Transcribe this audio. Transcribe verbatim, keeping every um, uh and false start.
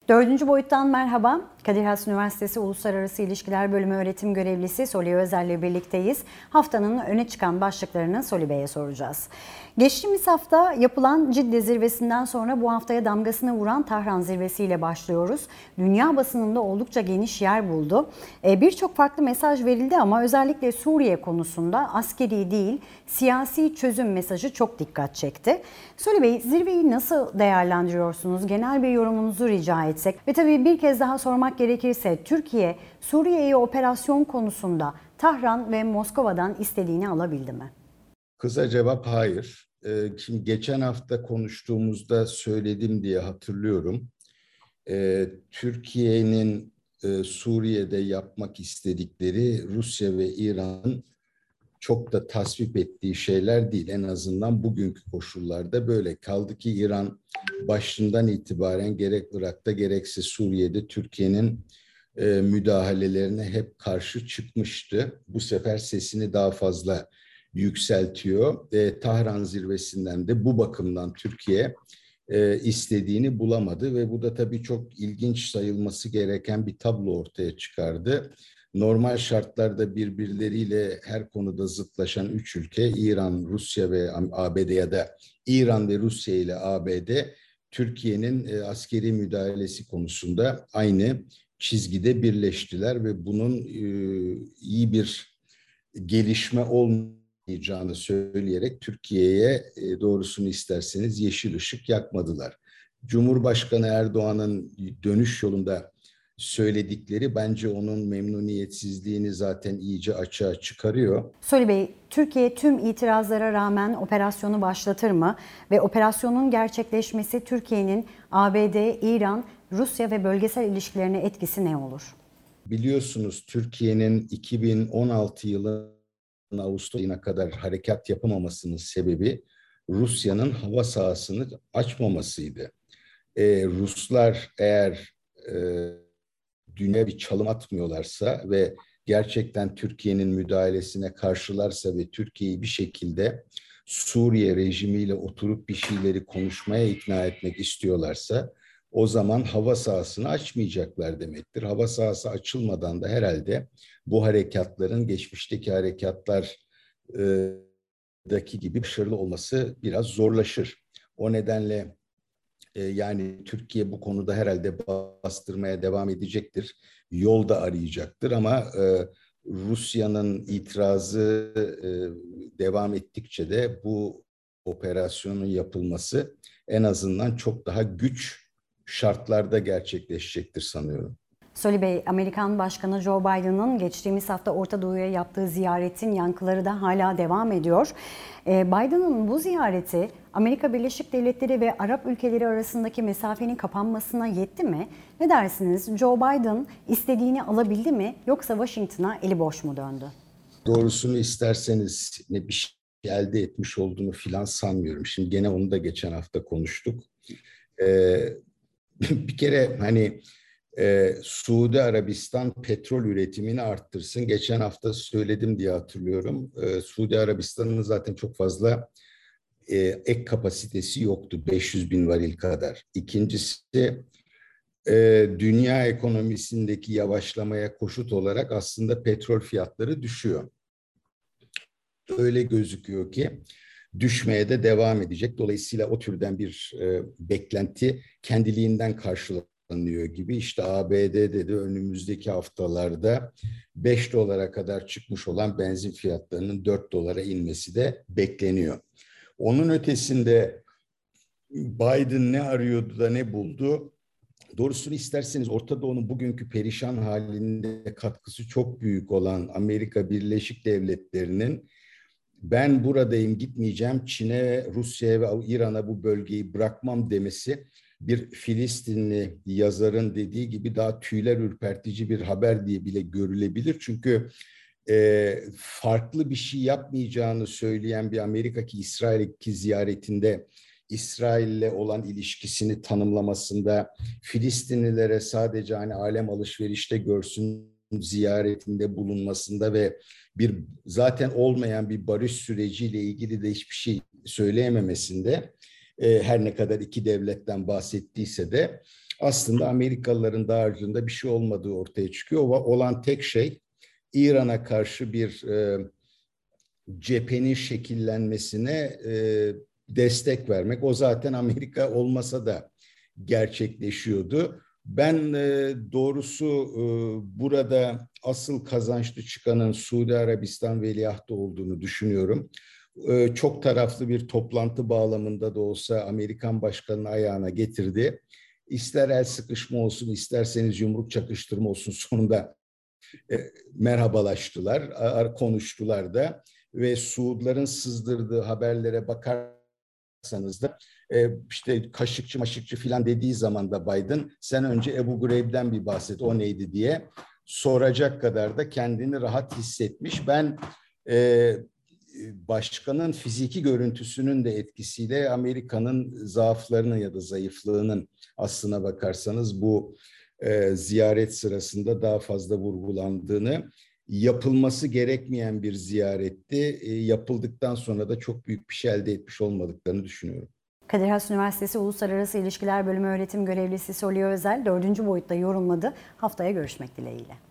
Dördüncü boyuttan merhaba. Kadir Has Üniversitesi Uluslararası İlişkiler Bölümü öğretim görevlisi Soli Özel ile birlikteyiz. Haftanın öne çıkan başlıklarını Soli Bey'e soracağız. Geçtiğimiz hafta yapılan Cidde zirvesinden sonra bu haftaya damgasını vuran Tahran zirvesiyle başlıyoruz. Dünya basınında oldukça geniş yer buldu. Birçok farklı mesaj verildi ama özellikle Suriye konusunda askeri değil, siyasi çözüm mesajı çok dikkat çekti. Soli Bey, zirveyi nasıl değerlendiriyorsunuz? Genel bir yorumunuzu rica etsek. Ve tabii bir kez daha sormak gerekirse Türkiye, Suriye'ye operasyon konusunda Tahran ve Moskova'dan istediğini alabildi mi? Kısa cevap hayır. Ee, Şimdi geçen hafta konuştuğumuzda söyledim diye hatırlıyorum. Ee, Türkiye'nin e, Suriye'de yapmak istedikleri Rusya ve İran'ın çok da tasvip ettiği şeyler değil. En azından bugünkü koşullarda böyle. Kaldı ki İran başından itibaren gerek Irak'ta gerekse Suriye'de Türkiye'nin e, müdahalelerine hep karşı çıkmıştı. Bu sefer sesini daha fazla yükseltiyor. E, Tahran zirvesinden de bu bakımdan Türkiye e, istediğini bulamadı ve bu da tabii çok ilginç sayılması gereken bir tablo ortaya çıkardı. Normal şartlarda birbirleriyle her konuda zıtlaşan üç ülke, İran, Rusya ve A B D ya da İran ve Rusya ile A B D, Türkiye'nin e, askeri müdahalesi konusunda aynı çizgide birleştiler ve bunun e, iyi bir gelişme olmayacağını söyleyerek Türkiye'ye e, doğrusunu isterseniz yeşil ışık yakmadılar. Cumhurbaşkanı Erdoğan'ın dönüş yolunda söyledikleri bence onun memnuniyetsizliğini zaten iyice açığa çıkarıyor. Soli Bey, Türkiye tüm itirazlara rağmen operasyonu başlatır mı? Ve operasyonun gerçekleşmesi Türkiye'nin A B D, İran, Rusya ve bölgesel ilişkilerine etkisi ne olur? Biliyorsunuz Türkiye'nin iki bin on altı yılı Ağustos ayına kadar harekat yapamamasının sebebi Rusya'nın hava sahasını açmamasıydı. Ee, Ruslar eğer e, dünya bir çalım atmıyorlarsa ve gerçekten Türkiye'nin müdahalesine karşılarsa ve Türkiye'yi bir şekilde Suriye rejimiyle oturup bir şeyleri konuşmaya ikna etmek istiyorlarsa o zaman hava sahasını açmayacaklar demektir. Hava sahası açılmadan da herhalde bu harekatların geçmişteki harekatlar e, daki gibi başarılı olması biraz zorlaşır. O nedenle e, yani Türkiye bu konuda herhalde bastırmaya devam edecektir. Yol da arayacaktır ama e, Rusya'nın itirazı e, devam ettikçe de bu operasyonun yapılması en azından çok daha güç şartlarda gerçekleşecektir sanıyorum. Soli Bey, Amerikan Başkanı Joe Biden'ın geçtiğimiz hafta Orta Doğu'ya yaptığı ziyaretin yankıları da hala devam ediyor. Biden'ın bu ziyareti Amerika Birleşik Devletleri ve Arap ülkeleri arasındaki mesafenin kapanmasına yetti mi? Ne dersiniz? Joe Biden istediğini alabildi mi yoksa Washington'a eli boş mu döndü? Doğrusunu isterseniz ne bir şey elde etmiş olduğunu filan sanmıyorum. Şimdi gene onu da geçen hafta konuştuk. Ee, bir kere hani Ee, Suudi Arabistan petrol üretimini arttırsın. Geçen hafta söyledim diye hatırlıyorum. Ee, Suudi Arabistan'ın zaten çok fazla e, ek kapasitesi yoktu. beş yüz bin varil kadar. İkincisi e, dünya ekonomisindeki yavaşlamaya koşut olarak aslında petrol fiyatları düşüyor. Öyle gözüküyor ki düşmeye de devam edecek. Dolayısıyla o türden bir e, beklenti kendiliğinden karşılanıyor gibi. İşte A B D'de de önümüzdeki haftalarda beş dolara kadar çıkmış olan benzin fiyatlarının dört dolara inmesi de bekleniyor. Onun ötesinde Biden ne arıyordu da ne buldu? Doğrusunu isterseniz Orta Doğu'nun bugünkü perişan halinde katkısı çok büyük olan Amerika Birleşik Devletleri'nin ben buradayım gitmeyeceğim Çin'e, Rusya'ya ve İran'a bu bölgeyi bırakmam demesi bir Filistinli yazarın dediği gibi daha tüyler ürpertici bir haber diye bile görülebilir. Çünkü e, farklı bir şey yapmayacağını söyleyen bir Amerika ki İsrail'deki ziyaretinde İsrail'le olan ilişkisini tanımlamasında Filistinlilere sadece hani alem alışverişte görsün ziyaretinde bulunmasında ve bir zaten olmayan bir barış süreciyle ilgili de hiçbir şey söyleyememesinde e, her ne kadar iki devletten bahsettiyse de aslında Amerikalıların dağarcığında bir şey olmadığı ortaya çıkıyor. O olan tek şey İran'a karşı bir e, cephenin şekillenmesine e, destek vermek. O zaten Amerika olmasa da gerçekleşiyordu. Ben e, doğrusu e, burada asıl kazançlı çıkanın Suudi Arabistan veliahtı olduğunu düşünüyorum. E, çok taraflı bir toplantı bağlamında da olsa Amerikan başkanının ayağına getirdi. İster el sıkışma olsun, isterseniz yumruk çakıştırma olsun, sonunda e, merhabalaştılar, konuştular da ve Suudların sızdırdığı haberlere bakarsanız da e, işte Kaşıkçı maşıkçı filan dediği zaman da Biden sen önce Ebu Gureyb'den bir bahset, o neydi diye soracak kadar da kendini rahat hissetmiş. Ben e, başkanın fiziki görüntüsünün de etkisiyle Amerika'nın zaaflarının ya da zayıflığının aslına bakarsanız bu e, ziyaret sırasında daha fazla vurgulandığını, yapılması gerekmeyen bir ziyaretti. E, yapıldıktan sonra da çok büyük bir şey elde etmiş olmadıklarını düşünüyorum. Kadir Has Üniversitesi Uluslararası İlişkiler Bölümü öğretim görevlisi Solya Özel dördüncü boyutta yorumladı. Haftaya görüşmek dileğiyle.